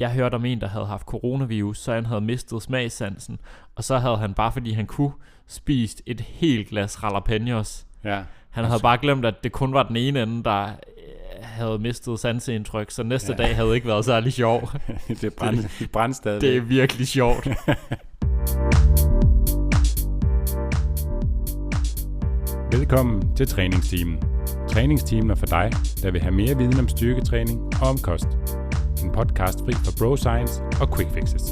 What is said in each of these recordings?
Jeg hørte om en, der havde haft coronavirus, så han havde mistet smagssansen, og så havde han, bare fordi han kunne, spist et helt glas jalapenos. Ja. Han havde bare glemt, at det kun var den ene ende, der havde mistet sanseindtryk, så næste dag havde ikke været særlig sjov. Det brændte stadig. Det er virkelig sjovt. Velkommen til Træningsteamen. Træningsteamen er for dig, der vil have mere viden om styrketræning og om kost. En podcast fri for bro science og quick fixes.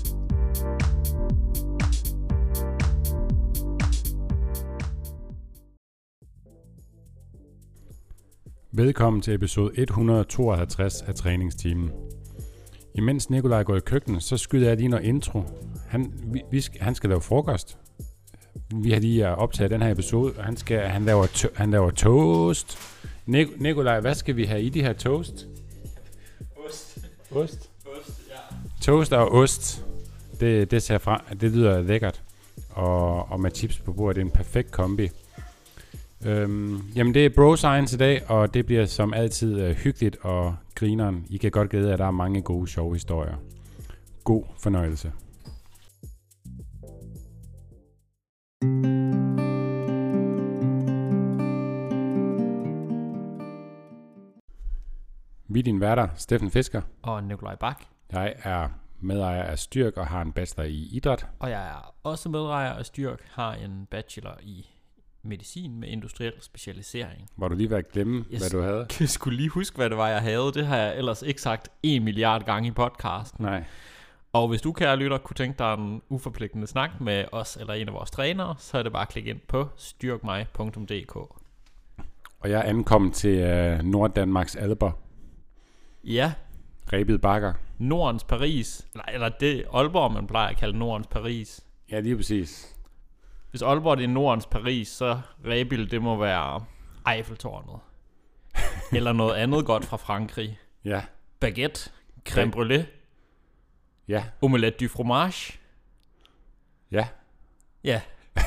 Velkommen til episode 152 af Træningsteamen. Imens Nikolaj går i køkkenet, så skyder jeg lige noget intro. Han skal lave frokost. Vi har lige optaget den her episode, og han laver toast. Nikolaj, hvad skal vi have i de her toast? Ost, ja. Toast og ost. Det lyder lækkert. Og med chips på bordet, det er en perfekt kombi. Jamen det er bro science i dag, og det bliver som altid hyggeligt og grineren. I kan godt glæde, at der er mange gode, sjove historier. God fornøjelse. Vi er dine værter, Steffen Fisker. Og Nikolaj Bak. Jeg er medejer af Styrk og har en bachelor i idræt. Og jeg er også medejer af Styrk, har en bachelor i medicin med industriel specialisering. Var du lige ved at glemme, hvad du havde? Jeg skulle lige huske, hvad det var, jeg havde. Det har jeg ellers ikke sagt 1 milliard gange i podcasten. Nej. Og hvis du, kære lytter, kunne tænke dig en uforpligtende snak med os eller en af vores trænere, så er det bare at klikke ind på styrkmig.dk. Og jeg er ankommet til Norddanmarks alper. Ja. Rebild Bakker. Nordens Paris. Eller det Aalborg, man plejer at kalde Nordens Paris. Ja, lige præcis. Hvis Aalborg det er Nordens Paris, så Rebild det må være Eiffeltårnet. Eller noget andet godt fra Frankrig. Ja. Baguette. Crème brûlée. Ja. Omelette du fromage. Ja. Ja.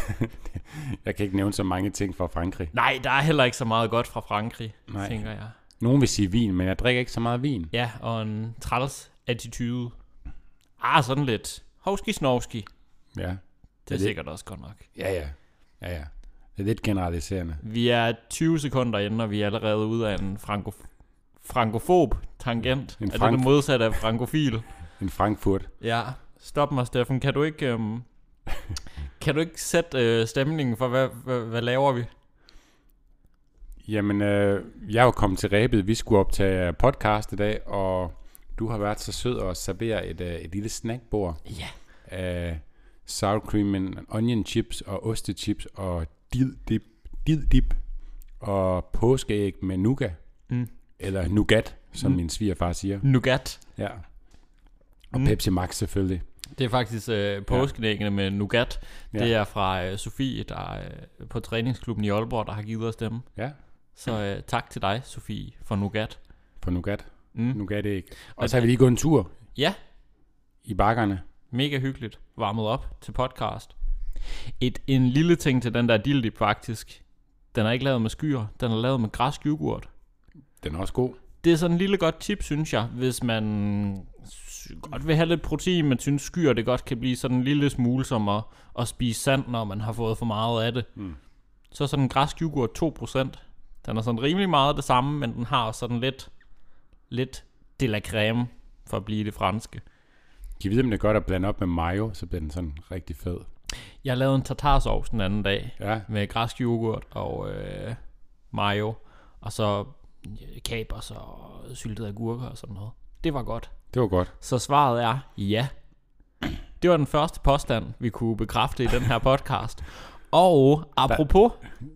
Jeg kan ikke nævne så mange ting fra Frankrig. Nej, der er heller ikke så meget godt fra Frankrig, tænker jeg. Nogen vil sige vin, men jeg drikker ikke så meget vin. Ja, og en træls attitude. Sådan lidt hovski-snovski. Ja. Det er sikkert også godt nok. Ja. Det er lidt generaliserende. Vi er 20 sekunder inde, og vi er allerede ude af en frankofob tangent. Er det modsatte af frankofil? En Frankfurt. Ja, stop mig, Steffen. Kan du ikke sætte stemningen for, hvad laver vi? Jamen, jeg er jo kommet til Rebild. Vi skulle optage podcast i dag, og du har været så sød at servere et lille snackbord. Ja. Af sour cream and onion chips og ostechips og dild-dip og påskeæg med nougat. Eller nougat, som min svigerfar siger. Nougat. Ja. Og Pepsi Max selvfølgelig. Det er faktisk påskenæggene med nougat. Ja. Det er fra Sofie, der på træningsklubben i Aalborg, der har givet os dem. Ja. Så tak til dig, Sofie, for nougat. For nougat. Nougat-æg. Og så har vi lige gået en tur. Ja. I bakkerne. Mega hyggeligt. Varmet op til podcast. En lille ting til den der dildip faktisk. Den er ikke lavet med skyer. Den er lavet med græsk yoghurt. Den er også god. Det er sådan en lille godt tip, synes jeg. Hvis man godt vil have lidt protein, men synes skyer det godt kan blive sådan en lille smule som at spise sand, når man har fået for meget af det. Så sådan en græsk yoghurt 2%. Den er sådan rimelig meget det samme, men den har sådan lidt de la crème, for at blive det franske. De ved, om det er godt at blande op med mayo, så bliver den sådan rigtig fed. Jeg lavede en tartarsauce den anden dag, med græsk yoghurt og mayo, og så kapers og syltede agurker og sådan noget. Det var godt. Det var godt. Så svaret er ja. Det var den første påstand, vi kunne bekræfte i den her podcast. Og apropos,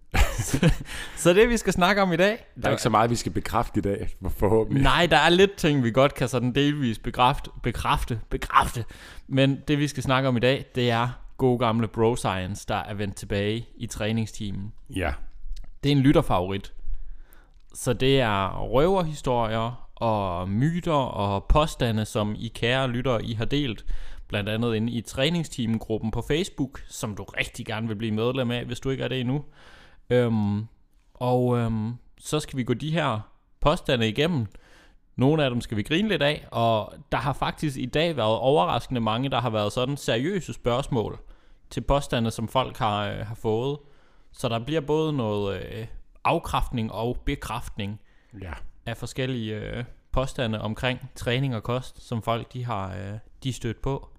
så det vi skal snakke om i dag. Der er ikke så meget, vi skal bekræfte i dag, forhåbentlig. Nej, der er lidt ting, vi godt kan sådan delvis bekræfte. Men det vi skal snakke om i dag, det er gode gamle bro science, der er vendt tilbage i træningsteamen. Ja. Det er en lytterfavorit. Så det er røverhistorier og myter og påstande, som I kære lyttere, I har delt. Blandt andet inde i træningsteamgruppen på Facebook, som du rigtig gerne vil blive medlem af, hvis du ikke er det endnu. Så skal vi gå de her påstande igennem. Nogle af dem skal vi grine lidt af, og der har faktisk i dag været overraskende mange, der har været sådan seriøse spørgsmål til påstande, som folk har fået. Så der bliver både noget afkræftning og bekræftning af forskellige påstande omkring træning og kost, som folk de har stødt på.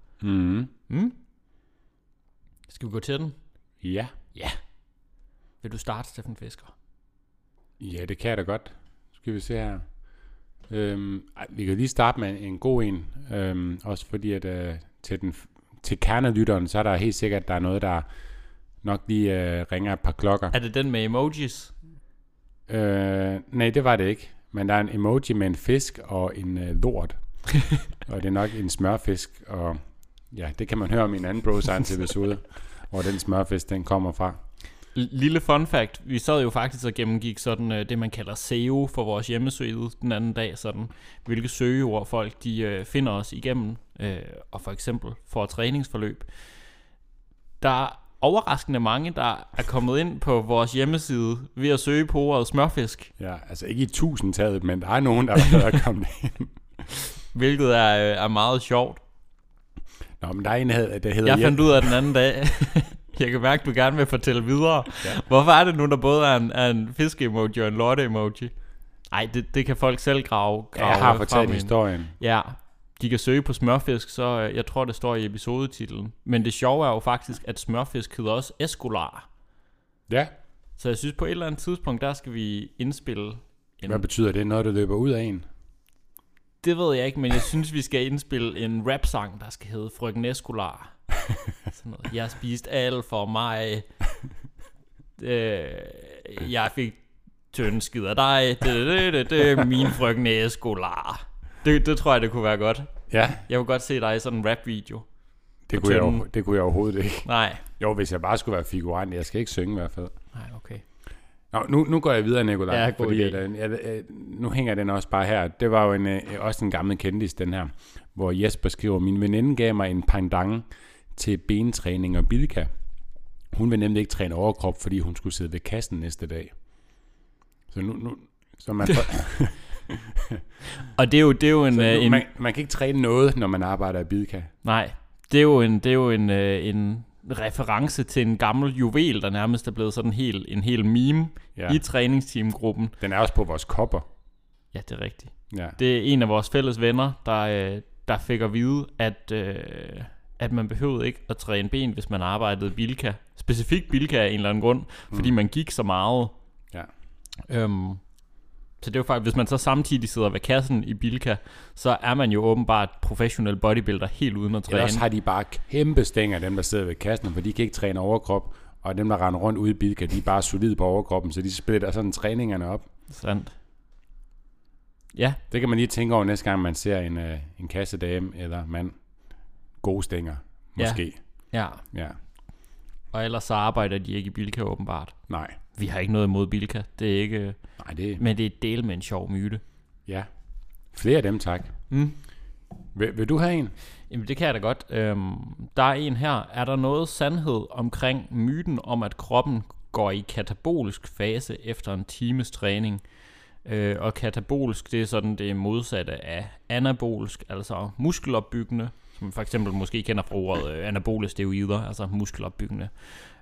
Skal vi gå til den? Ja. Vil du starte, Steffen Fisker? Ja, det kan jeg da godt. Skal vi se her. Vi kan lige starte med en god en. Også fordi, at til kernelytteren, så er der helt sikkert, at der er noget, der nok lige ringer et par klokker. Er det den med emojis? Nej, det var det ikke. Men der er en emoji med en fisk og en lort. Og det er nok en smørfisk. Og ja, det kan man høre om i en anden Bro Science episode, hvor den smørfisk, den kommer fra. Lille fun fact, vi sad jo faktisk og gennemgik sådan det man kalder SEO for vores hjemmeside den anden dag, sådan hvilke søgeord folk de finder os igennem, og for eksempel får et træningsforløb. Der er overraskende mange, der er kommet ind på vores hjemmeside ved at søge på ordet smørfisk. Ja, altså ikke i 1000-tallet, men der er nogen, der er kommet ind. Hvilket er meget sjovt. Nå, men der er en, der hedder... Jeg fandt ud af den anden dag... Jeg kan mærke, at du gerne vil fortælle videre. Ja. Hvorfor er det nu, der både er en fiske-emoji og en lorte-emoji? Ej, det kan folk selv grave jeg har fortalt historien. Ja, de kan søge på smørfisk, så jeg tror, det står i episodetitlen. Men det sjove er jo faktisk, at smørfisk hedder også escolar. Ja. Så jeg synes, på et eller andet tidspunkt, der skal vi indspille... Hvad betyder det, når det løber ud af en? Det ved jeg ikke, men jeg synes, vi skal indspille en rap-sang, der skal hedde Frøken Escolar. Sådan noget. Jeg spiste alt for mig. Jeg fik tynde skid af dig. Min frøken Escolar. Det tror jeg, det kunne være godt. Ja. Jeg kunne godt se dig i sådan en rap-video. Det kunne jeg overhovedet ikke. Nej. Jo, hvis jeg bare skulle være figurant. Jeg skal ikke synge i hvert fald. Nej, okay. Nå, nu går jeg videre, Nikolaj. Ja, fordi nu hænger den også bare her. Det var jo også en gammel kendis, den her. Hvor Jesper skriver, min veninde gav mig en pendant til bentræning og bilka. Hun vil nemlig ikke træne overkrop, fordi hun skulle sidde ved kassen næste dag. Så nu så man og det er jo en man kan ikke træne noget, når man arbejder i bilka. Nej, det er jo en reference til en gammel juvel, der nærmest er blevet sådan en hel meme i træningsteamgruppen. Den er også på vores kopper. Ja, det er rigtigt. Ja. Det er en af vores fælles venner, der fik at vide, at man behøvede ikke at træne ben, hvis man arbejdede bilka. Specifikt bilka af en eller anden grund, fordi man gik så meget. Ja. Så det er jo faktisk, hvis man så samtidig sidder ved kassen i bilka, så er man jo åbenbart professionel bodybuilder helt uden at træne. Ellers har de bare kæmpe stænger, dem der sidder ved kassen, for de kan ikke træne overkrop, og dem der render rundt ude i bilka, de er bare solide på overkroppen, så de splitter sådan træningerne op. Sandt. Ja. Det kan man lige tænke over næste gang, man ser en kassedame eller mand. Gode stænger, måske. Ja. Ja. Og ellers så arbejder de ikke i bilka åbenbart. Nej. Vi har ikke noget imod bilka. Det er ikke... Nej, men det er et del med en sjov myte. Ja. Flere af dem, tak. Vil du have en? Jamen, det kan jeg da godt. Der er en her. Er der noget sandhed omkring myten om, at kroppen går i katabolisk fase efter en times træning? Og katabolisk, det er sådan det modsatte af anabolisk, altså muskelopbyggende, som for eksempel måske kender fra ordet anabole steroider, altså muskelopbyggende.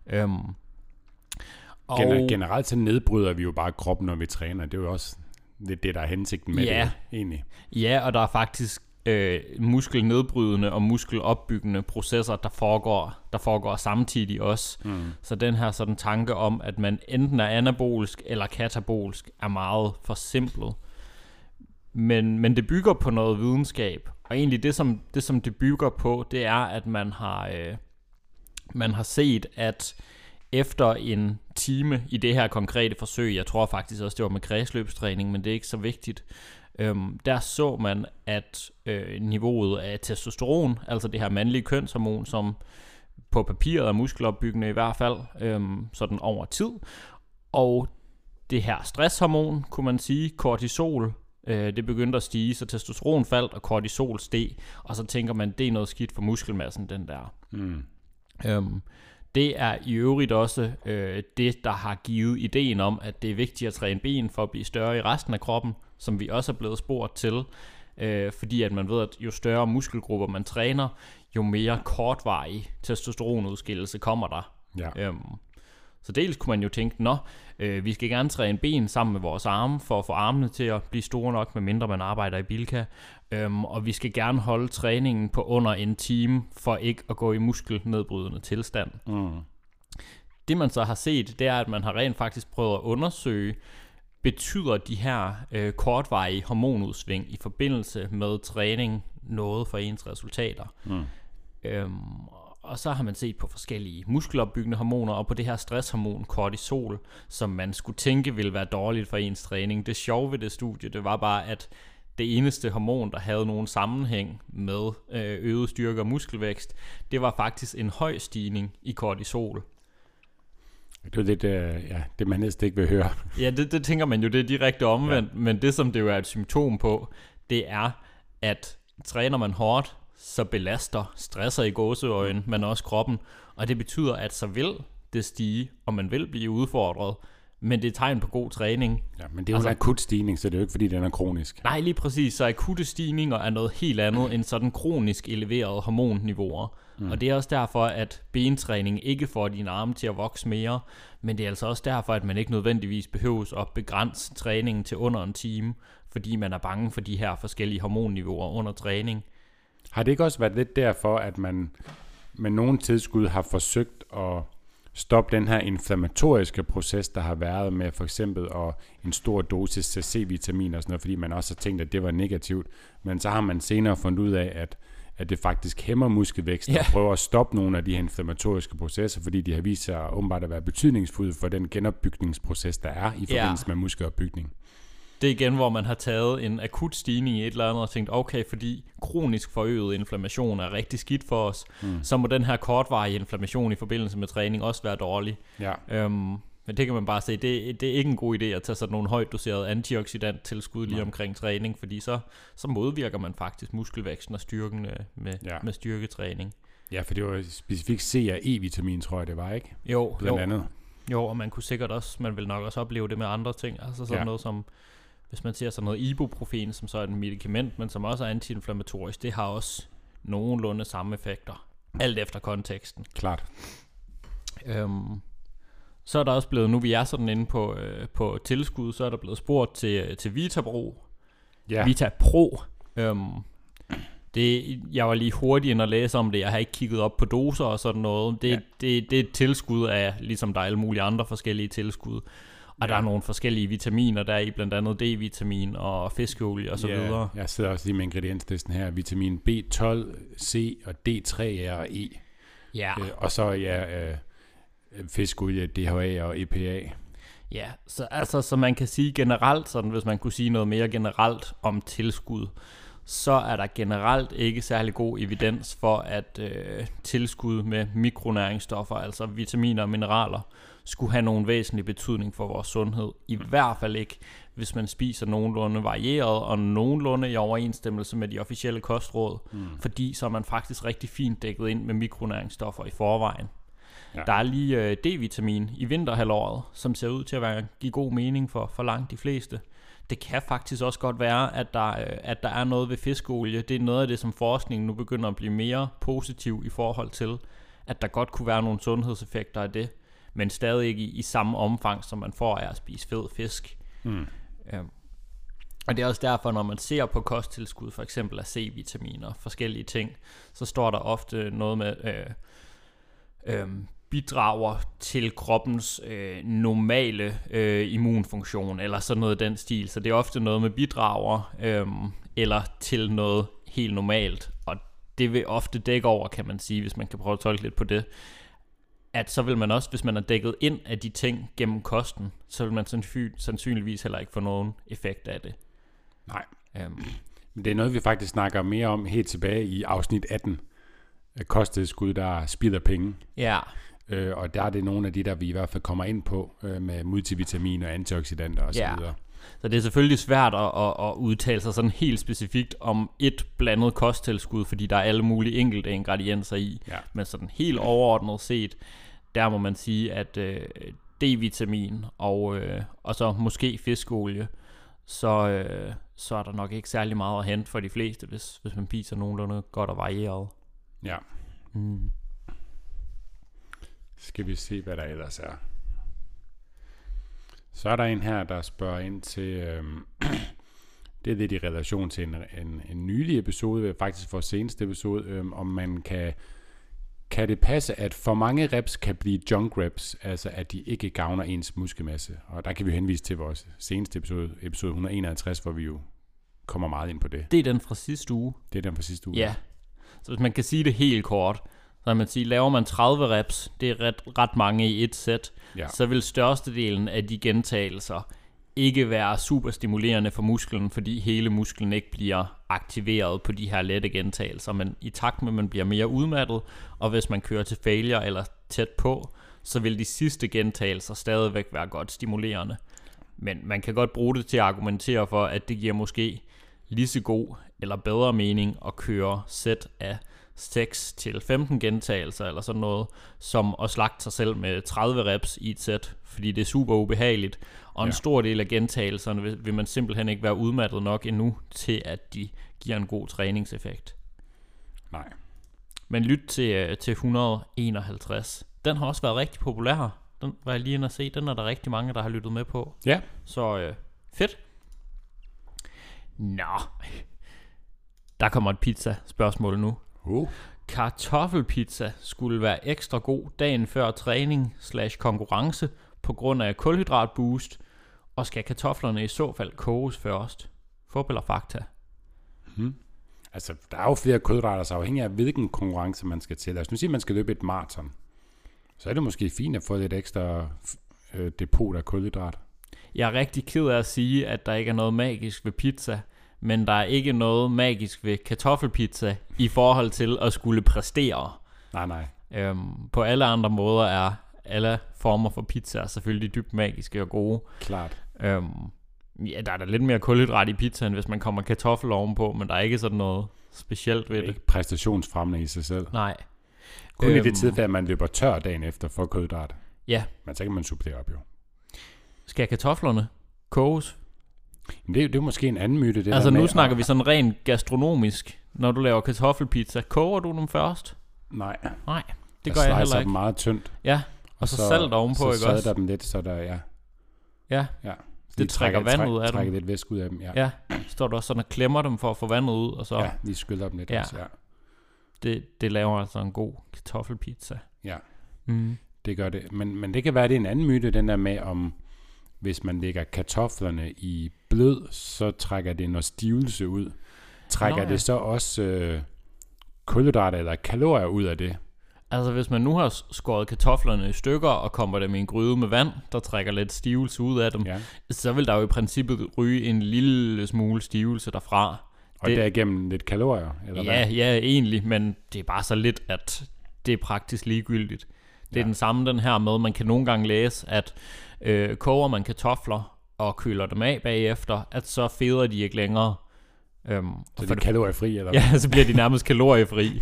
Generelt så nedbryder vi jo bare kroppen, når vi træner. Det er jo også det, der er hensigten med det, egentlig. Ja, og der er faktisk muskelnedbrydende og muskelopbyggende processer, der foregår samtidig også. Så den her sådan tanke om, at man enten er anabolsk eller katabolsk, er meget forsimplet. Men det bygger på noget videnskab. Og egentlig det som det bygger på, det er, at man har set, at efter en time i det her konkrete forsøg, jeg tror faktisk også, det var med kredsløbstræning, men det er ikke så vigtigt, der så man, at niveauet af testosteron, altså det her mandlige kønshormon, som på papiret er muskelopbyggende i hvert fald, sådan over tid, og det her stresshormon, kunne man sige, kortisol, det begyndte at stige, så testosteron faldt, og kortisol steg, og så tænker man, det er noget skidt for muskelmassen, den der. Det er i øvrigt også det, der har givet ideen om, at det er vigtigt at træne ben for at blive større i resten af kroppen, som vi også er blevet spurgt til, fordi at man ved, at jo større muskelgrupper man træner, jo mere kortvarig testosteronudskillelse kommer der. Ja. Så dels kunne man jo tænke, vi skal gerne træne ben sammen med vores arme, for at få armene til at blive store nok, medmindre man arbejder i Bilka. Og vi skal gerne holde træningen på under en time, for ikke at gå i muskelnedbrydende tilstand. Det man så har set, det er, at man har rent faktisk prøvet at undersøge, betyder de her kortvarige hormonudsving i forbindelse med træning noget for ens resultater. Og så har man set på forskellige muskelopbyggende hormoner, og på det her stresshormon kortisol, som man skulle tænke ville være dårligt for ens træning. Det sjove ved det studie, det var bare, at det eneste hormon, der havde nogen sammenhæng med øget styrke og muskelvækst, det var faktisk en høj stigning i kortisol. Det er lidt, det man næsten ikke vil høre. Ja, det tænker man jo, det er direkte omvendt, men det som det jo er et symptom på, det er, at træner man hårdt, så belaster, stresser i gåseøjne, men også kroppen, og det betyder, at så vil det stige, og man vil blive udfordret, men det er tegn på god træning. Ja, men det er jo en akut stigning, så det er jo ikke, fordi den er kronisk. Nej, lige præcis, så akutte stigninger er noget helt andet end sådan kronisk eleverede hormonniveauer. Og det er også derfor, at bentræning ikke får dine arme til at vokse mere, men det er altså også derfor, at man ikke nødvendigvis behøves at begrænse træningen til under en time, fordi man er bange for de her forskellige hormonniveauer under træning. Har det ikke også været lidt derfor, at man med nogle tilskud har forsøgt at stoppe den her inflammatoriske proces, der har været med for eksempel en stor dosis C-vitamin og sådan noget, fordi man også har tænkt, at det var negativt, men så har man senere fundet ud af, at det faktisk hæmmer muskelvækst og prøver at stoppe nogle af de her inflammatoriske processer, fordi de har vist sig åbenbart at være betydningsfulde for den genopbygningsproces, der er i forbindelse med muskelopbygning. Det er igen, hvor man har taget en akut stigning i et eller andet og tænkt, okay, fordi kronisk forøget inflammation er rigtig skidt for os, så må den her kortvarige inflammation i forbindelse med træning også være dårlig. Ja. Men det kan man bare se, det er ikke en god idé at tage sådan nogle højt doserede antioxidant tilskud lige omkring træning, fordi så modvirker man faktisk muskelvæksten og styrken med styrketræning. Ja, for det var specifikt C og E-vitamin, tror jeg det var, ikke? Jo. Blandt andet. Jo, og man kunne sikkert også, man vil nok også opleve det med andre ting, altså sådan noget som, hvis man ser sådan noget ibuprofen, som så er et medicament, men som også er antiinflammatorisk, det har også nogenlunde samme effekter, alt efter konteksten. Klart. Så er der også blevet, nu vi er sådan inde på tilskud, så er der blevet spurgt til Vitapro. Ja. Vitapro. Jeg var lige hurtig ind at læse om det. Jeg har ikke kigget op på doser og sådan noget. Det er et tilskud af, ligesom der er alle mulige andre forskellige tilskud. Og der er nogle forskellige vitaminer, der er i blandt andet D-vitamin og fiskeolie og så videre. Jeg sidder også lige med ingredienslisten her. Vitamin B12, C og D3 og E. Ja. Og så fiskeolie, DHA og EPA. Ja, så man kan sige generelt, sådan hvis man kunne sige noget mere generelt om tilskud, så er der generelt ikke særlig god evidens for, at tilskud med mikronæringsstoffer, altså vitaminer og mineraler, skulle have nogen væsentlig betydning for vores sundhed. I hvert fald ikke, hvis man spiser nogenlunde varieret og nogenlunde i overensstemmelse med de officielle kostråd, fordi så er man faktisk rigtig fint dækket ind med mikronæringsstoffer i forvejen. Ja. Der er lige D-vitamin i vinterhalvåret, som ser ud til at give god mening for langt de fleste. Det kan faktisk også godt være, at der er noget ved fiskeolie. Det er noget af det, som forskningen nu begynder at blive mere positiv i forhold til, at der godt kunne være nogle sundhedseffekter af det, men stadig ikke i samme omfang, som man får af at spise fed fisk. Og det er også derfor, når man ser på kosttilskud, for eksempel af C-vitaminer og forskellige ting, så står der ofte noget med bidrager til kroppens normale immunfunktion, eller sådan noget i den stil. Så det er ofte noget med bidrager, eller til noget helt normalt. Og det vil ofte dække over, kan man sige, hvis man kan prøve at tolke lidt på det, at så vil man også, hvis man er dækket ind af de ting gennem kosten, så vil man sandsynligvis heller ikke få nogen effekt af det. Nej. Men det er noget, vi faktisk snakker mere om helt tilbage i afsnit 18. Kosttilskud, der spilder penge. Ja. Og der er det nogle af de, der vi i hvert fald kommer ind på, med multivitamin og antioxidanter og så videre. Så det er selvfølgelig svært at udtale sig sådan helt specifikt om et blandet kosttilskud, fordi der er alle mulige enkelte ingredienser i. Ja. Men sådan helt overordnet set, der må man sige, at D-vitamin og så måske fiskeolie, så er der nok ikke særlig meget at hente for de fleste, hvis man spiser nogenlunde godt og varieret. Ja. Skal vi se, hvad der ellers er. Så er der en her, der spørger ind til, det er lidt i relation til en nylig episode, faktisk for seneste episode, om man kan det passe, at for mange reps kan blive junk reps, altså at de ikke gavner ens muskelmasse. Og der kan vi henvise til vores seneste episode 151, hvor vi jo kommer meget ind på det. Det er den fra sidste uge. Det er den fra sidste uge. Ja. Så hvis man kan sige det helt kort, så kan man sige, laver man 30 reps, det er ret mange i et sæt, så vil størstedelen af de gentagelser ikke være super stimulerende for musklen, fordi hele musklen ikke bliver aktiveret på de her lette gentagelser, men i takt med, at man bliver mere udmattet, og hvis man kører til failure eller tæt på, så vil de sidste gentagelser stadigvæk være godt stimulerende. Men man kan godt bruge det til at argumentere for, at det giver måske lige så god eller bedre mening at køre sæt af 6 til 15 gentagelser eller sådan noget, som at slagte sig selv med 30 reps i et sæt, fordi det er super ubehageligt, og en stor del af gentagelserne vil man simpelthen ikke være udmattet nok endnu, til at de giver en god træningseffekt. Nej. Men lyt til 151. Den har også været rigtig populær. Den var jeg lige inde at se. Den er der rigtig mange, der har lyttet med på. Ja. Så fedt. Nå. Der kommer et pizza-spørgsmål nu. Kartoffelpizza skulle være ekstra god dagen før træning / konkurrence på grund af kulhydratboost, og skal kartoflerne i så fald koges først? Fup eller fakta? Altså, der er jo flere kulhydrater, så afhængig af hvilken konkurrence man skal til. Altså, nu siger man skal løbe et maraton. Så er det måske fint at få lidt ekstra depot af kulhydrat. Jeg er rigtig ked af at sige, at der ikke er noget magisk ved pizza, men der er ikke noget magisk ved kartoffelpizza i forhold til at skulle præstere. Nej. På alle andre måder er alle former for pizza selvfølgelig dybt magiske og gode. Klart. Ja, der er da lidt mere kulhydrat i pizzaen, hvis man kommer kartoffel ovenpå, men der er ikke sådan noget specielt ved det. Ikke præstationsfremmende i sig selv. Nej. Kun i det tilfælde, at man løber tør dagen efter for kulhydrat. Ja. Men så kan man supplere op jo. Skal kartoflerne koges? Det er måske en anden myte. Det altså nu snakker vi sådan rent gastronomisk. Når du laver kartoffelpizza, koger du dem først? Nej. Det gør jeg heller ikke. Dem meget tyndt. Ja, og så salt ovenpå, ikke også? Så sadder dem lidt, så der, Ja. Det trækker vand ud af dem. Trækker lidt væske ud af dem, Ja, står du også sådan og klemmer dem for at få vandet ud, og så... Ja, lige skyller dem lidt også, Det laver altså en god kartoffelpizza. Ja, det gør det. Men det kan være, det er en anden myte, den der med, om hvis man lægger kartoflerne i blød, så trækker det noget stivelse ud. Trækker det så også kulhydrater eller kalorier ud af det? Altså hvis man nu har skåret kartoflerne i stykker og kommer dem i en gryde med vand, der trækker lidt stivelse ud af dem, så vil der jo i princippet ryge en lille smule stivelse derfra. Og derigennem lidt kalorier? Eller hvad? Ja, egentlig, men det er bare så lidt, at det er praktisk ligegyldigt. Det er den samme den her med, man kan nogle gange læse, at koger man kartofler og køler dem af bagefter, at så feder de ikke længere. Så det er kaloriefri? Eller ja, så bliver de nærmest kaloriefri.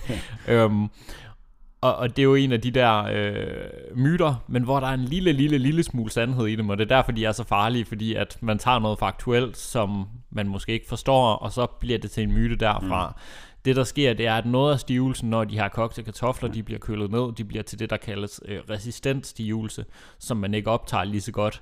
Og det er jo en af de der myter, men hvor der er en lille smule sandhed i dem, og det er derfor, de er så farlige, fordi at man tager noget faktuelt, som man måske ikke forstår, og så bliver det til en myte derfra. Det der sker, det er, at noget af stivelsen, når de her kogte kartofler, de bliver kølet ned, de bliver til det, der kaldes resistent stivelse, som man ikke optager lige så godt.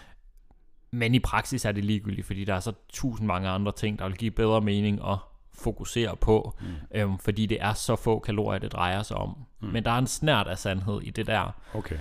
Men i praksis er det ligegyldigt, fordi der er så 1000 mange andre ting, der vil give bedre mening at fokusere på, fordi det er så få kalorier, det drejer sig om. Men der er en snert af sandhed i det der. Okay.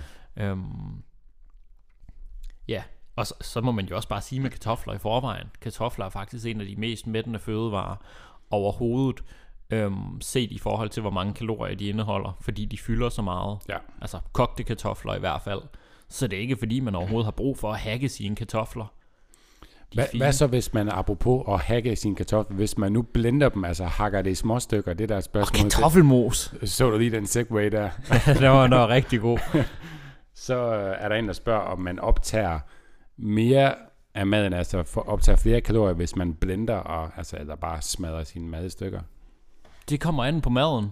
Ja, og så må man jo også bare sige med kartofler i forvejen. Kartofler er faktisk en af de mest mættende fødevarer overhovedet, set i forhold til, hvor mange kalorier de indeholder, fordi de fylder så meget. Ja. Altså kogte kartofler i hvert fald. Så det er ikke fordi, man overhovedet har brug for at hacke sine kartofler. Hvad så, hvis man, apropos at hacke sine kartofler, hvis man nu blender dem, altså hakker det i små stykker, det der er spørgsmål. Og kartoffelmos. Så du lige den segway der? Den var rigtig god. Så er der en, der spørger, om man optager mere af maden, altså optager flere kalorier, hvis man blender, og, altså, eller bare smadrer sine madstykker. Det kommer an på maden.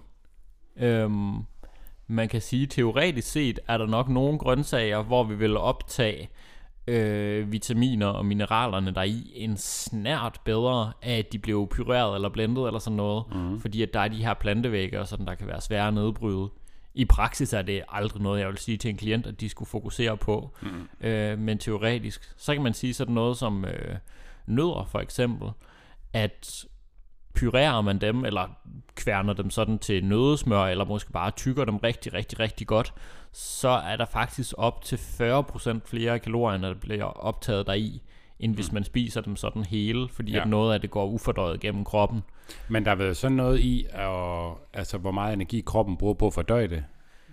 Man kan sige, teoretisk set er der nok nogle grøntsager, hvor vi vil optage vitaminer og mineralerne der er i en snært bedre af, at de blev pyreret eller blendet eller sådan noget, fordi at der er de her plantevægge og sådan, der kan være svære at nedbryde. I praksis er det aldrig noget, jeg vil sige til en klient, at de skulle fokusere på, men teoretisk, så kan man sige sådan noget som nødder for eksempel, at pyrerer man dem, eller kværner dem sådan til nøddesmør, eller måske bare tykker dem rigtig, rigtig, rigtig godt, så er der faktisk op til 40% flere kalorier, der bliver optaget deri, end hvis man spiser dem sådan hele, fordi at noget af det går ufordøjet gennem kroppen. Men der er vel sådan noget i, altså hvor meget energi kroppen bruger på at fordøje det?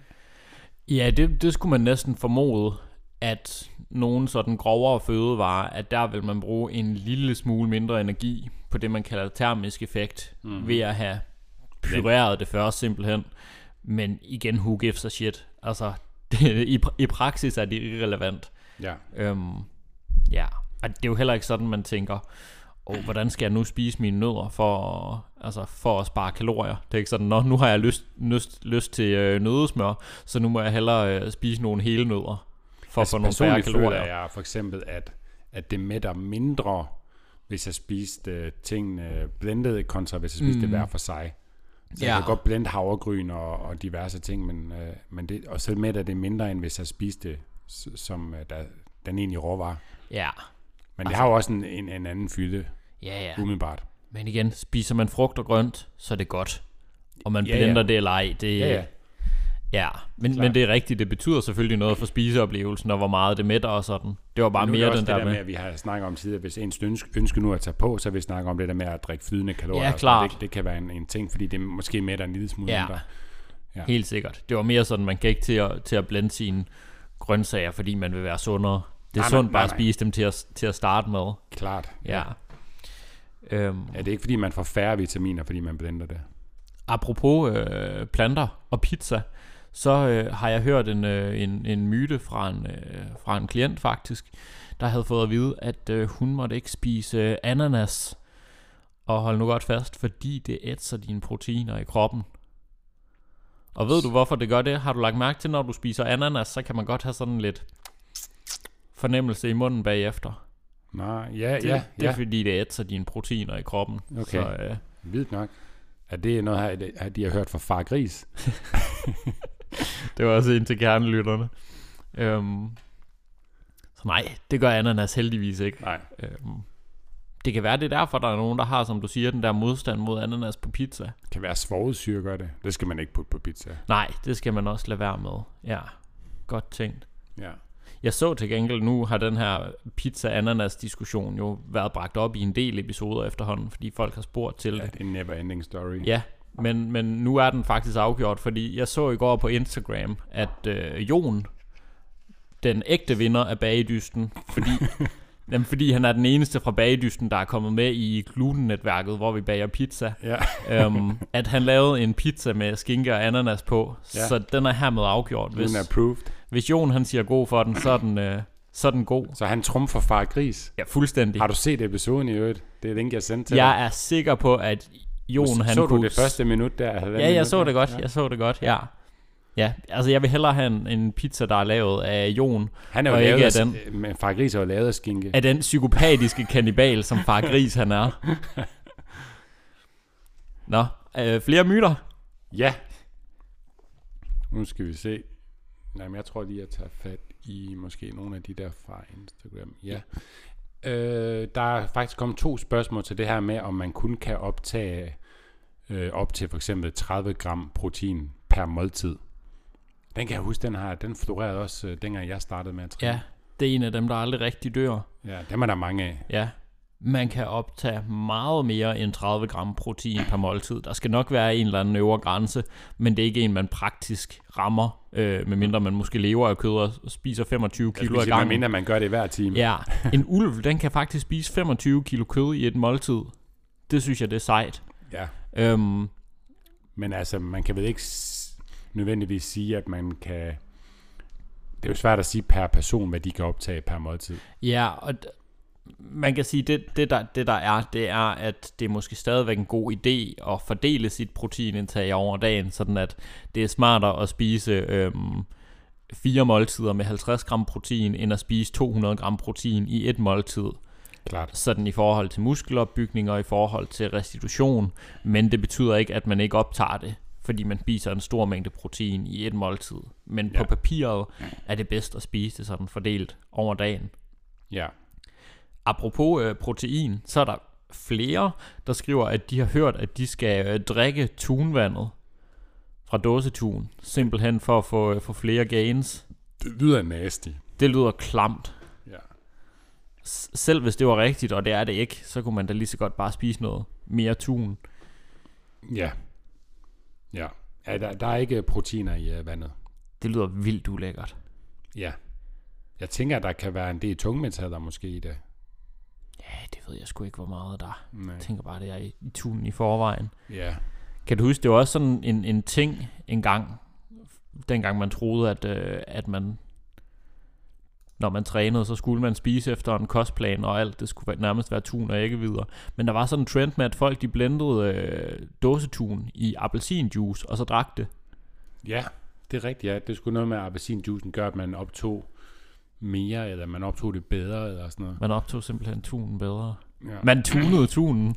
Ja, det skulle man næsten formode, at nogen sådan grovere fødevarer, at der vil man bruge en lille smule mindre energi på det, man kalder termisk effekt, ved at have pyreret det først simpelthen. Men igen, who gives a shit? Altså, i praksis er det irrelevant. Ja. Ja, og det er jo heller ikke sådan, man tænker, hvordan skal jeg nu spise mine nødder for at spare kalorier? Det er ikke sådan, nu har jeg lyst til nøddesmør, så nu må jeg hellere spise nogle hele nødder for at få nogle færre kalorier. Føler jeg for eksempel, at det mætter mindre, hvis jeg spiste tingene blendet, kontra hvis jeg spiste det hver for sig. Så jeg kan godt blende havregryn og diverse ting, men det, og så mætter det mindre, end hvis jeg spiste det som den egentlig råvarer. Ja. Men det har jo også en anden fylde, umiddelbart. Men igen, spiser man frugt og grønt, så er det godt. Og man blender det eller ej, det... Ja, men det er rigtigt, det betyder selvfølgelig noget for spiseoplevelsen, og hvor meget det mætter og sådan. Det var bare mere den der med... At vi har snakket om tidligere, hvis ens ønske nu at tage på, så vil vi snakke om det der med at drikke flydende kalorier. Ja, klart. Det kan være en ting, fordi det måske mætter en lille smule mindre. Ja, helt sikkert. Det var mere sådan, man kan ikke til at blende sine grøntsager, fordi man vil være sundere. Det er sundt bare at spise dem til at starte med. Klart. Ja. Er det ikke fordi man får færre vitaminer, fordi man blender det? Apropos planter og pizza, så har jeg hørt en myte fra en klient faktisk, der havde fået at vide, at hun måtte ikke spise ananas. Og hold nu godt fast, fordi det ætser dine proteiner i kroppen. Og ved du hvorfor det gør det? Har du lagt mærke til, når du spiser ananas, så kan man godt have sådan lidt fornemmelse i munden bagefter. Nej, det er fordi det ætser dine proteiner i kroppen. Okay, så, vildt nok. Er det noget her, de har hørt fra Far Gris? Det var også en til kernelytterne. Så nej, det gør ananas heldigvis ikke. Nej. Det kan være, det er derfor, der er nogen, der har, som du siger, den der modstand mod ananas på pizza. Det kan være svovlsyre gør det. Det skal man ikke putte på pizza. Nej, det skal man også lade være med. Ja, godt tænkt. Ja. Jeg så til gengæld, nu har den her pizza-ananas-diskussion jo været bragt op i en del episoder efterhånden, fordi folk har spurgt til det. Det er en never-ending story. Ja, men nu er den faktisk afgjort, fordi jeg så i går på Instagram, at Jon, den ægte vinder af Bagedysten, fordi han er den eneste fra Bagedysten, der er kommet med i Gluten-netværket, hvor vi bager pizza, at han lavede en pizza med skinke og ananas på, så den er hermed afgjort. Hvis Jon han siger god for den, så er den god. Så han trumfer Far Gris? Ja, fuldstændig. Har du set episoden i øvrigt? Det er den, jeg sendte til Jeg er sikker på, at Jon han så du det første minut der? Ja, jeg så det godt. Jeg så det godt, ja. Ja, altså jeg vil hellere have en pizza, der er lavet af Jon. Han er jo lavet af den. Men Far Gris er jo lavet af skinke. Af den psykopatiske kannibal, som Far Gris han er. Nå, flere myter? Ja. Nu skal vi se. Nej, men jeg tror lige, at jeg tager fat i måske nogle af de der fra Instagram. Ja. Der er faktisk kommet 2 spørgsmål til det her med, om man kun kan optage op til for eksempel 30 gram protein per måltid. Den kan jeg huske, den florerede også, dengang jeg startede med at træne. Ja, det er en af dem, der aldrig rigtig dør. Ja, dem er der mange af. Ja, man kan optage meget mere end 30 gram protein per måltid. Der skal nok være en eller anden øvre grænse, men det er ikke en, man praktisk rammer, medmindre man måske lever af kød og spiser 25 kilo ad gangen. Medmindre man gør det hver time. Ja, en ulv, den kan faktisk spise 25 kilo kød i et måltid. Det synes jeg, det er sejt. Ja. Men altså, man kan vel ikke nødvendigvis sige, at man kan... Det er jo svært at sige per person, hvad de kan optage per måltid. Ja, og man kan sige, det der er, at det er måske stadigvæk en god idé at fordele sit proteinindtag over dagen, sådan at det er smartere at spise 4 måltider med 50 gram protein, end at spise 200 gram protein i et måltid. Klart. Sådan i forhold til muskelopbygning og i forhold til restitution, men det betyder ikke, at man ikke optager det, fordi man spiser en stor mængde protein i et måltid. Men på papiret er det bedst at spise det sådan fordelt over dagen. Ja. Apropos protein, så er der flere, der skriver, at de har hørt, at de skal drikke tunvandet fra dåsetun, simpelthen for at få flere gains. Det lyder nasty. Det lyder klamt. Ja. Selv hvis det var rigtigt, og det er det ikke, så kunne man da lige så godt bare spise noget mere tun. Ja. Ja. Ja, der er ikke proteiner i vandet. Det lyder vildt ulækkert. Ja. Jeg tænker, at der kan være en del tungmetaller måske i det. Ja, det ved jeg sgu ikke, hvor meget der. Nej. Jeg tænker bare, det er i tunen i forvejen. Ja. Kan du huske, det var også sådan en ting engang, dengang man troede, at man, når man trænede, så skulle man spise efter en kostplan, og alt det skulle nærmest være tun og æggevidder. Men der var sådan en trend med, at folk de blendede dåsetun i appelsinjuice, og så drak det. Ja, det er rigtigt, ja. Det skulle noget med, at appelsinjuicen gør, at man optog mere, eller man optog det bedre, eller sådan noget. Man optog simpelthen tunen bedre. Ja. Man tunede tunen.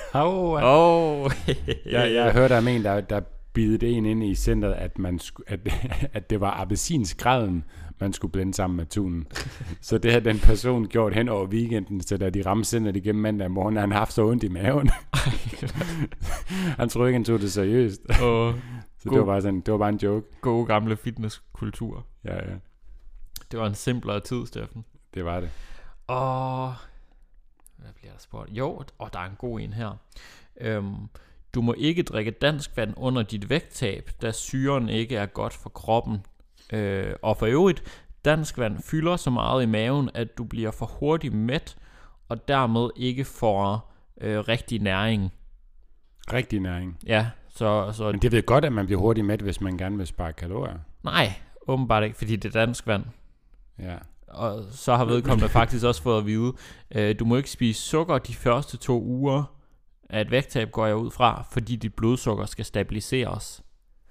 Jeg har hørt af en, der bidede en ind i centret, at det var appelsinsgraden, man skulle blende sammen med tunen. Så det har den person gjort hen over weekenden, så da de ramte centret igennem mandag morgen, han haft så ondt i maven. Han troede ikke, han tog det seriøst. Så det var bare en joke. God gamle fitnesskultur. Ja. Det var en simplere tid, Steffen. Det var det. Og hvad bliver der spurgt? Jo, der er en god en her. Du må ikke drikke dansk vand under dit vægttab, da syren ikke er godt for kroppen. Og for øvrigt, dansk vand fylder så meget i maven, at du bliver for hurtigt mæt, og dermed ikke får rigtig næring. Rigtig næring? Ja. Så men det ved godt, at man bliver hurtigt mæt, hvis man gerne vil spare kalorier. Nej, åbenbart ikke, fordi det er dansk vand. Ja. Og så har vedkommende faktisk også fået at vide, du må ikke spise sukker de første 2 uger af et vægttab, går jeg ud fra, fordi dit blodsukker skal stabiliseres.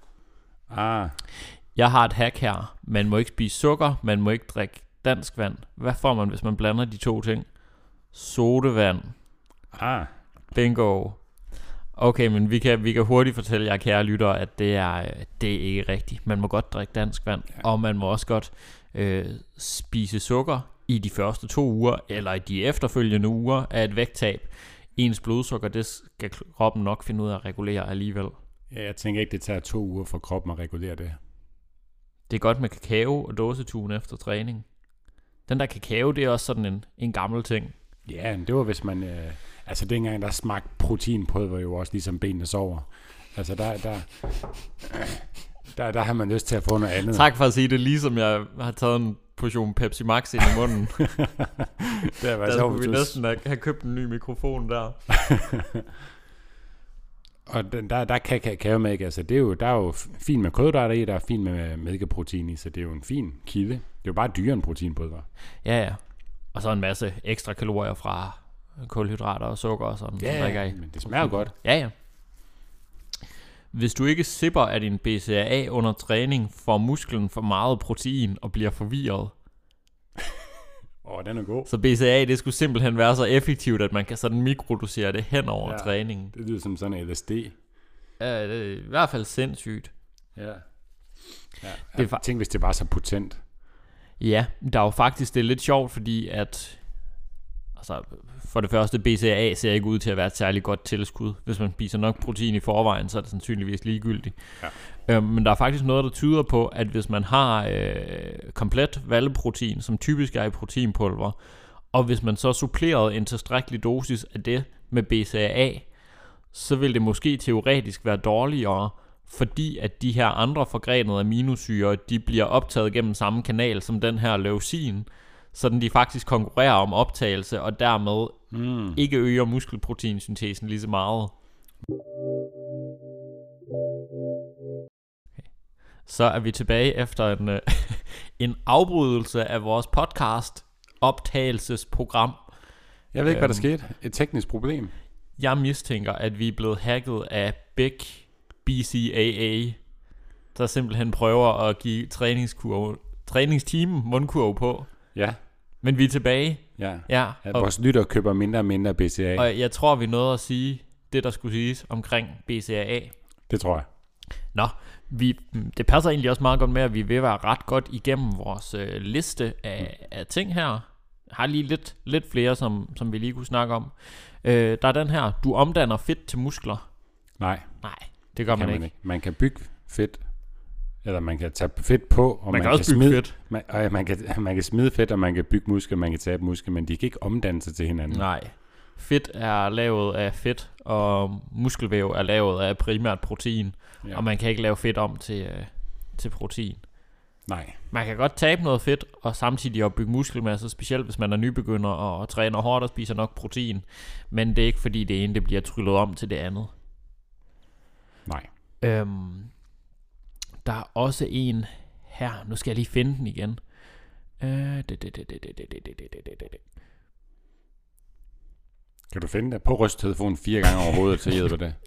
Jeg har et hack her. Man må ikke spise sukker, man må ikke drikke dansk vand. Hvad får man, hvis man blander de 2 ting? Sodavand. Bingo. Okay, men vi kan hurtigt fortælle jer, kære lyttere, at det er ikke rigtigt. Man må godt drikke dansk vand, og man må også godt spise sukker i de første 2 uger, eller i de efterfølgende uger af et vægttab. Ens blodsukker, det skal kroppen nok finde ud af at regulere alligevel. Ja, jeg tænker ikke, det tager 2 uger for kroppen at regulere det. Det er godt med kakao og dåsetun efter træning. Den der kakao, det er også sådan en gammel ting. Ja, det var hvis man... altså dengang der smagte proteinpulver jo også ligesom benene sover. Altså der har man lyst til at få noget andet. Tak for at sige det, ligesom jeg har taget en portion Pepsi Max ind i munden. Der skulle vi næsten have købt en ny mikrofon der. Og der kan kakaomælk, altså der er jo fint med kulhydrater i, der er fint med mælkeprotein i, så det er jo en fin kilde. Det er jo bare dyrere end proteinpulver. Ja. Og så en masse ekstra kalorier fra kulhydrater og sukker og sådan. Ja, men det smager godt. Ja. Hvis du ikke sipper af din BCAA under træning, får musklen for meget protein og bliver forvirret. Den er god. Så BCAA, det skulle simpelthen være så effektivt, at man kan sådan mikrodosere det hen over træningen. Det lyder som sådan en LSD. Ja, det er i hvert fald sindssygt. Ja. Tænk, hvis det var så potent. Ja, der er jo faktisk, det er lidt sjovt, fordi at altså, for det første, BCAA ser ikke ud til at være et særligt godt tilskud. Hvis man spiser nok protein i forvejen, så er det sandsynligvis ligegyldigt. Ja. Men der er faktisk noget, der tyder på, at hvis man har komplet valleprotein, som typisk er i proteinpulver, og hvis man så supplerede en tilstrækkelig dosis af det med BCAA, så vil det måske teoretisk være dårligere, fordi at de her andre forgrenede aminosyrer, de bliver optaget gennem samme kanal som den her leucin, sådan de faktisk konkurrerer om optagelse, og dermed ikke øger muskelproteinsyntesen lige så meget. Okay. Så er vi tilbage efter en afbrydelse af vores podcast optagelsesprogram. Jeg ved ikke, hvad der skete. Et teknisk problem. Jeg mistænker, at vi er blevet hacket af Big BCAA. der simpelthen prøver at give træningsteam mundkurve på. Ja. Men vi er tilbage. Ja. Vores lytter køber mindre og mindre BCAA. Og jeg tror, vi nåede at sige det, der skulle siges omkring BCAA. Det tror jeg. Nå, det passer egentlig også meget godt med, at vi vil være ret godt igennem vores liste af ting her. Jeg har lige lidt flere, som vi lige kunne snakke om. Der er den her, du omdanner fedt til muskler. Nej, det gør man ikke. Man kan bygge fedt, eller man kan tage fedt på, og man kan også bygge fedt. Man kan smide fedt, og man kan bygge muskler, man kan tabe muskler, men de kan ikke omdanne sig til hinanden. Nej. Fedt er lavet af fedt, og muskelvæv er lavet af primært protein, og man kan ikke lave fedt om til protein. Nej. Man kan godt tabe noget fedt, og samtidig opbygge muskelmasse, specielt hvis man er nybegynder og træner hårdt og spiser nok protein, men det er ikke fordi det ene det bliver tryllet om til det andet. Nej. Der er også en her, nu skal jeg lige finde den igen. Kan du finde det? På rysttelefonen 4 gange over hovedet, så hjælper det.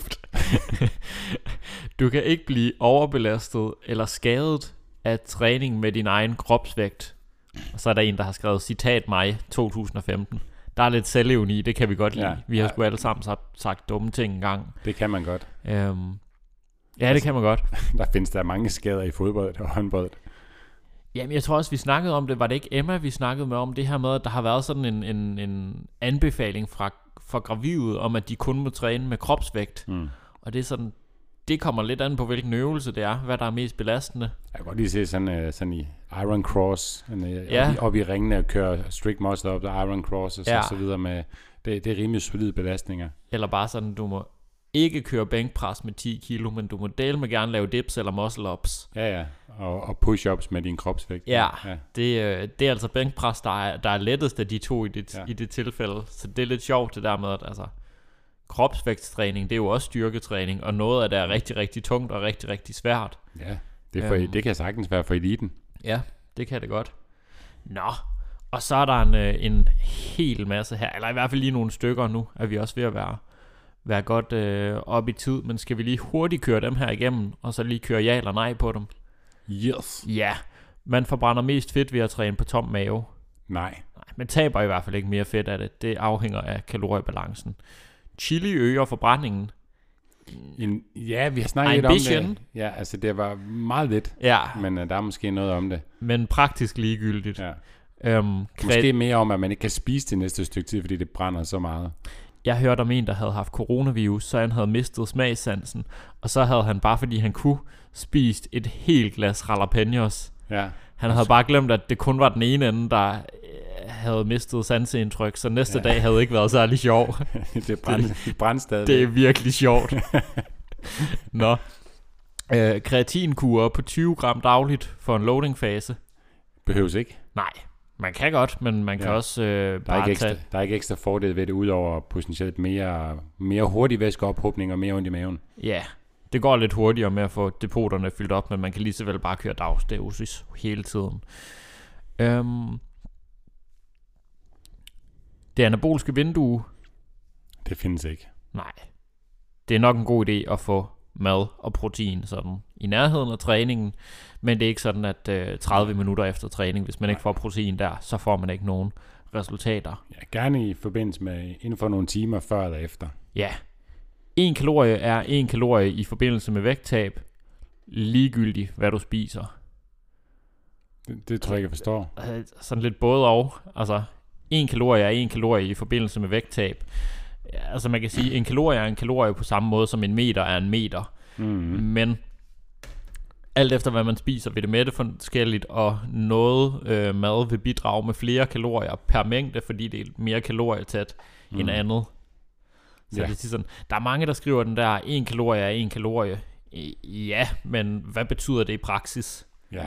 Du kan ikke blive overbelastet eller skadet af træning med din egen kropsvægt. Og så er der en, der har skrevet citat mig 2015. Der er lidt selvevne i, det kan vi godt lide. Vi har sgu alle sammen sagt dumme ting engang. Det kan man godt. Ja, det kan man godt. Der findes der mange skader i fodbold og håndbold. Jamen, jeg tror også, vi snakkede om det. Var det ikke Emma, vi snakkede med om det her med, at der har været sådan en anbefaling fra gravide om, at de kun må træne med kropsvægt. Og det er sådan, det kommer lidt an på, hvilken øvelse det er, hvad der er mest belastende. Jeg kan godt lige se sådan i Iron Cross, op i ringene og køre strict muscle up, der Iron Cross og så videre med, det er rimelig solide belastninger. Eller bare sådan, du må ikke køre bænkpres med 10 kilo, men du må dele med gerne lave dips eller muscle ups. Ja, og push-ups med din kropsvægt. Ja. Det er altså bænkpres, der er lettest af de to i det tilfælde. Så det er lidt sjovt det der med, at altså, kropsvægtstræning, det er jo også styrketræning, og noget af det er rigtig, rigtig tungt og rigtig, rigtig svært. Ja, det kan sagtens være for eliten. Ja, det kan det godt. Nå, og så er der en hel masse her, eller i hvert fald lige nogle stykker nu, er vi også ved at være godt op i tid, men skal vi lige hurtigt køre dem her igennem, og så lige køre ja eller nej på dem? Yes. Ja, man forbrænder mest fedt ved at træne på tom mave. Nej, man taber i hvert fald ikke mere fedt af det. Det afhænger af kaloriebalancen. Chili øger forbrændingen. Ja, vi har snakket lidt om det. Ja, altså det var meget lidt, men der er måske noget om det. Men praktisk ligegyldigt. Ja. Måske mere om, at man ikke kan spise det næste stykke tid, fordi det brænder så meget. Jeg hørte om en, der havde haft coronavirus, så han havde mistet smagssansen, og så havde han bare, fordi han kunne, spist et helt glas jalapenos. Ja. Han havde bare glemt, at det kun var den ene ende, der havde mistet sanseindtryk, så næste dag havde ikke været særlig sjov. Det brændte stadig. Det er virkelig sjovt. Nå. Kreatinkur på 20 gram dagligt for en loadingfase. Behøves ikke. Nej, man kan godt, men man kan også der er ikke ekstra fordel ved det, udover potentielt mere hurtig væskeophobning og mere ondt i maven. Ja, det går lidt hurtigere med at få depoterne fyldt op, men man kan lige så vel bare køre dagsdosis hele tiden. Det anaboliske vindue. Det findes ikke. Nej. Det er nok en god idé at få mad og protein sådan i nærheden af træningen, men det er ikke sådan, at 30 minutter efter træning, hvis man ikke får protein der, så får man ikke nogen resultater. Ja, gerne i forbindelse med inden for nogle timer før eller efter. Ja. 1 kalorie er 1 kalorie i forbindelse med vægttab, ligegyldigt hvad du spiser. Det tror jeg ikke, jeg forstår. Sådan lidt både og. Altså, 1 kalorie er 1 kalorie i forbindelse med vægttab. Altså man kan sige, 1 kalorie er 1 kalorie på samme måde som 1 meter er 1 meter. Men alt efter hvad man spiser, vil det mætte forskelligt, og noget mad vil bidrage med flere kalorier per mængde, fordi det er mere kalorietæt end andet. Så det er sådan, der er mange, der skriver den der, 1 kalorie er 1 kalorie. Ja, men hvad betyder det i praksis? Ja.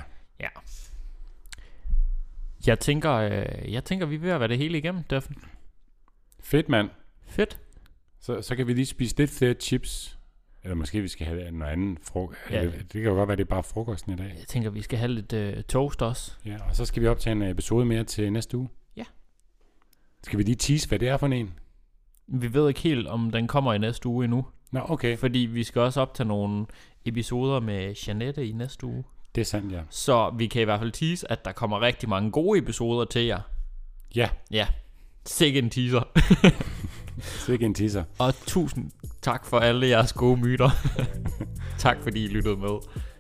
Jeg tænker, vi er ved at være det hele igennem, Steffen. Fedt, mand. Fedt. Så kan vi lige spise lidt flere chips. Eller måske vi skal have noget andet frokost. Ja. Det kan jo godt være, det er bare frokosten i dag. Jeg tænker, vi skal have lidt toast også. Ja, og så skal vi optage en episode mere til næste uge. Ja. Skal vi lige tease, hvad det er for en? Vi ved ikke helt, om den kommer i næste uge endnu. Nå, okay. Fordi vi skal også optage nogle episoder med Jeanette i næste uge. Det er sandt, ja. Så vi kan i hvert fald tease, at der kommer rigtig mange gode episoder til jer. Ja. Ja, sikke en teaser. Sikke en teaser. Og tusind tak for alle jeres gode myter. Tak fordi I lyttede med.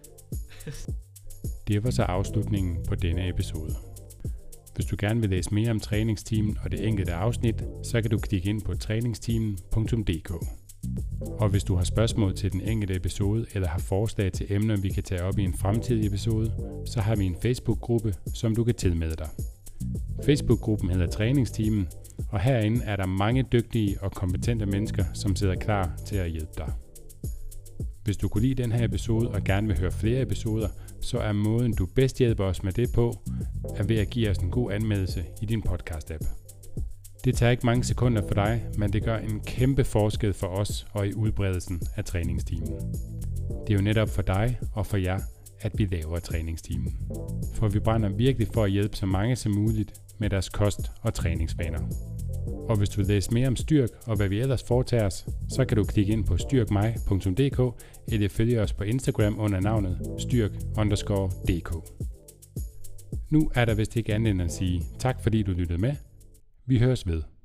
Det var så afslutningen på denne episode. Hvis du gerne vil læse mere om træningsteamen og det enkelte afsnit, så kan du klikke ind på træningsteamen.dk. Og hvis du har spørgsmål til den enkelte episode, eller har forslag til emner, vi kan tage op i en fremtidig episode, så har vi en Facebook-gruppe, som du kan tilmelde dig. Facebook-gruppen hedder Træningsteamen, og herinde er der mange dygtige og kompetente mennesker, som sidder klar til at hjælpe dig. Hvis du kunne lide den her episode og gerne vil høre flere episoder, så er måden du bedst hjælper os med det på, er ved at give os en god anmeldelse i din podcast-app. Det tager ikke mange sekunder for dig, men det gør en kæmpe forskel for os og i udbredelsen af træningsteamen. Det er jo netop for dig og for jer, at vi laver træningsteamen. For vi brænder virkelig for at hjælpe så mange som muligt med deres kost- og træningsvaner. Og hvis du vil læse mere om Styrk og hvad vi ellers foretager os, så kan du klikke ind på styrkmig.dk eller følge os på Instagram under navnet styrk_dk. Nu er der vist ikke andet end at sige tak fordi du lyttede med. Vi høres ved.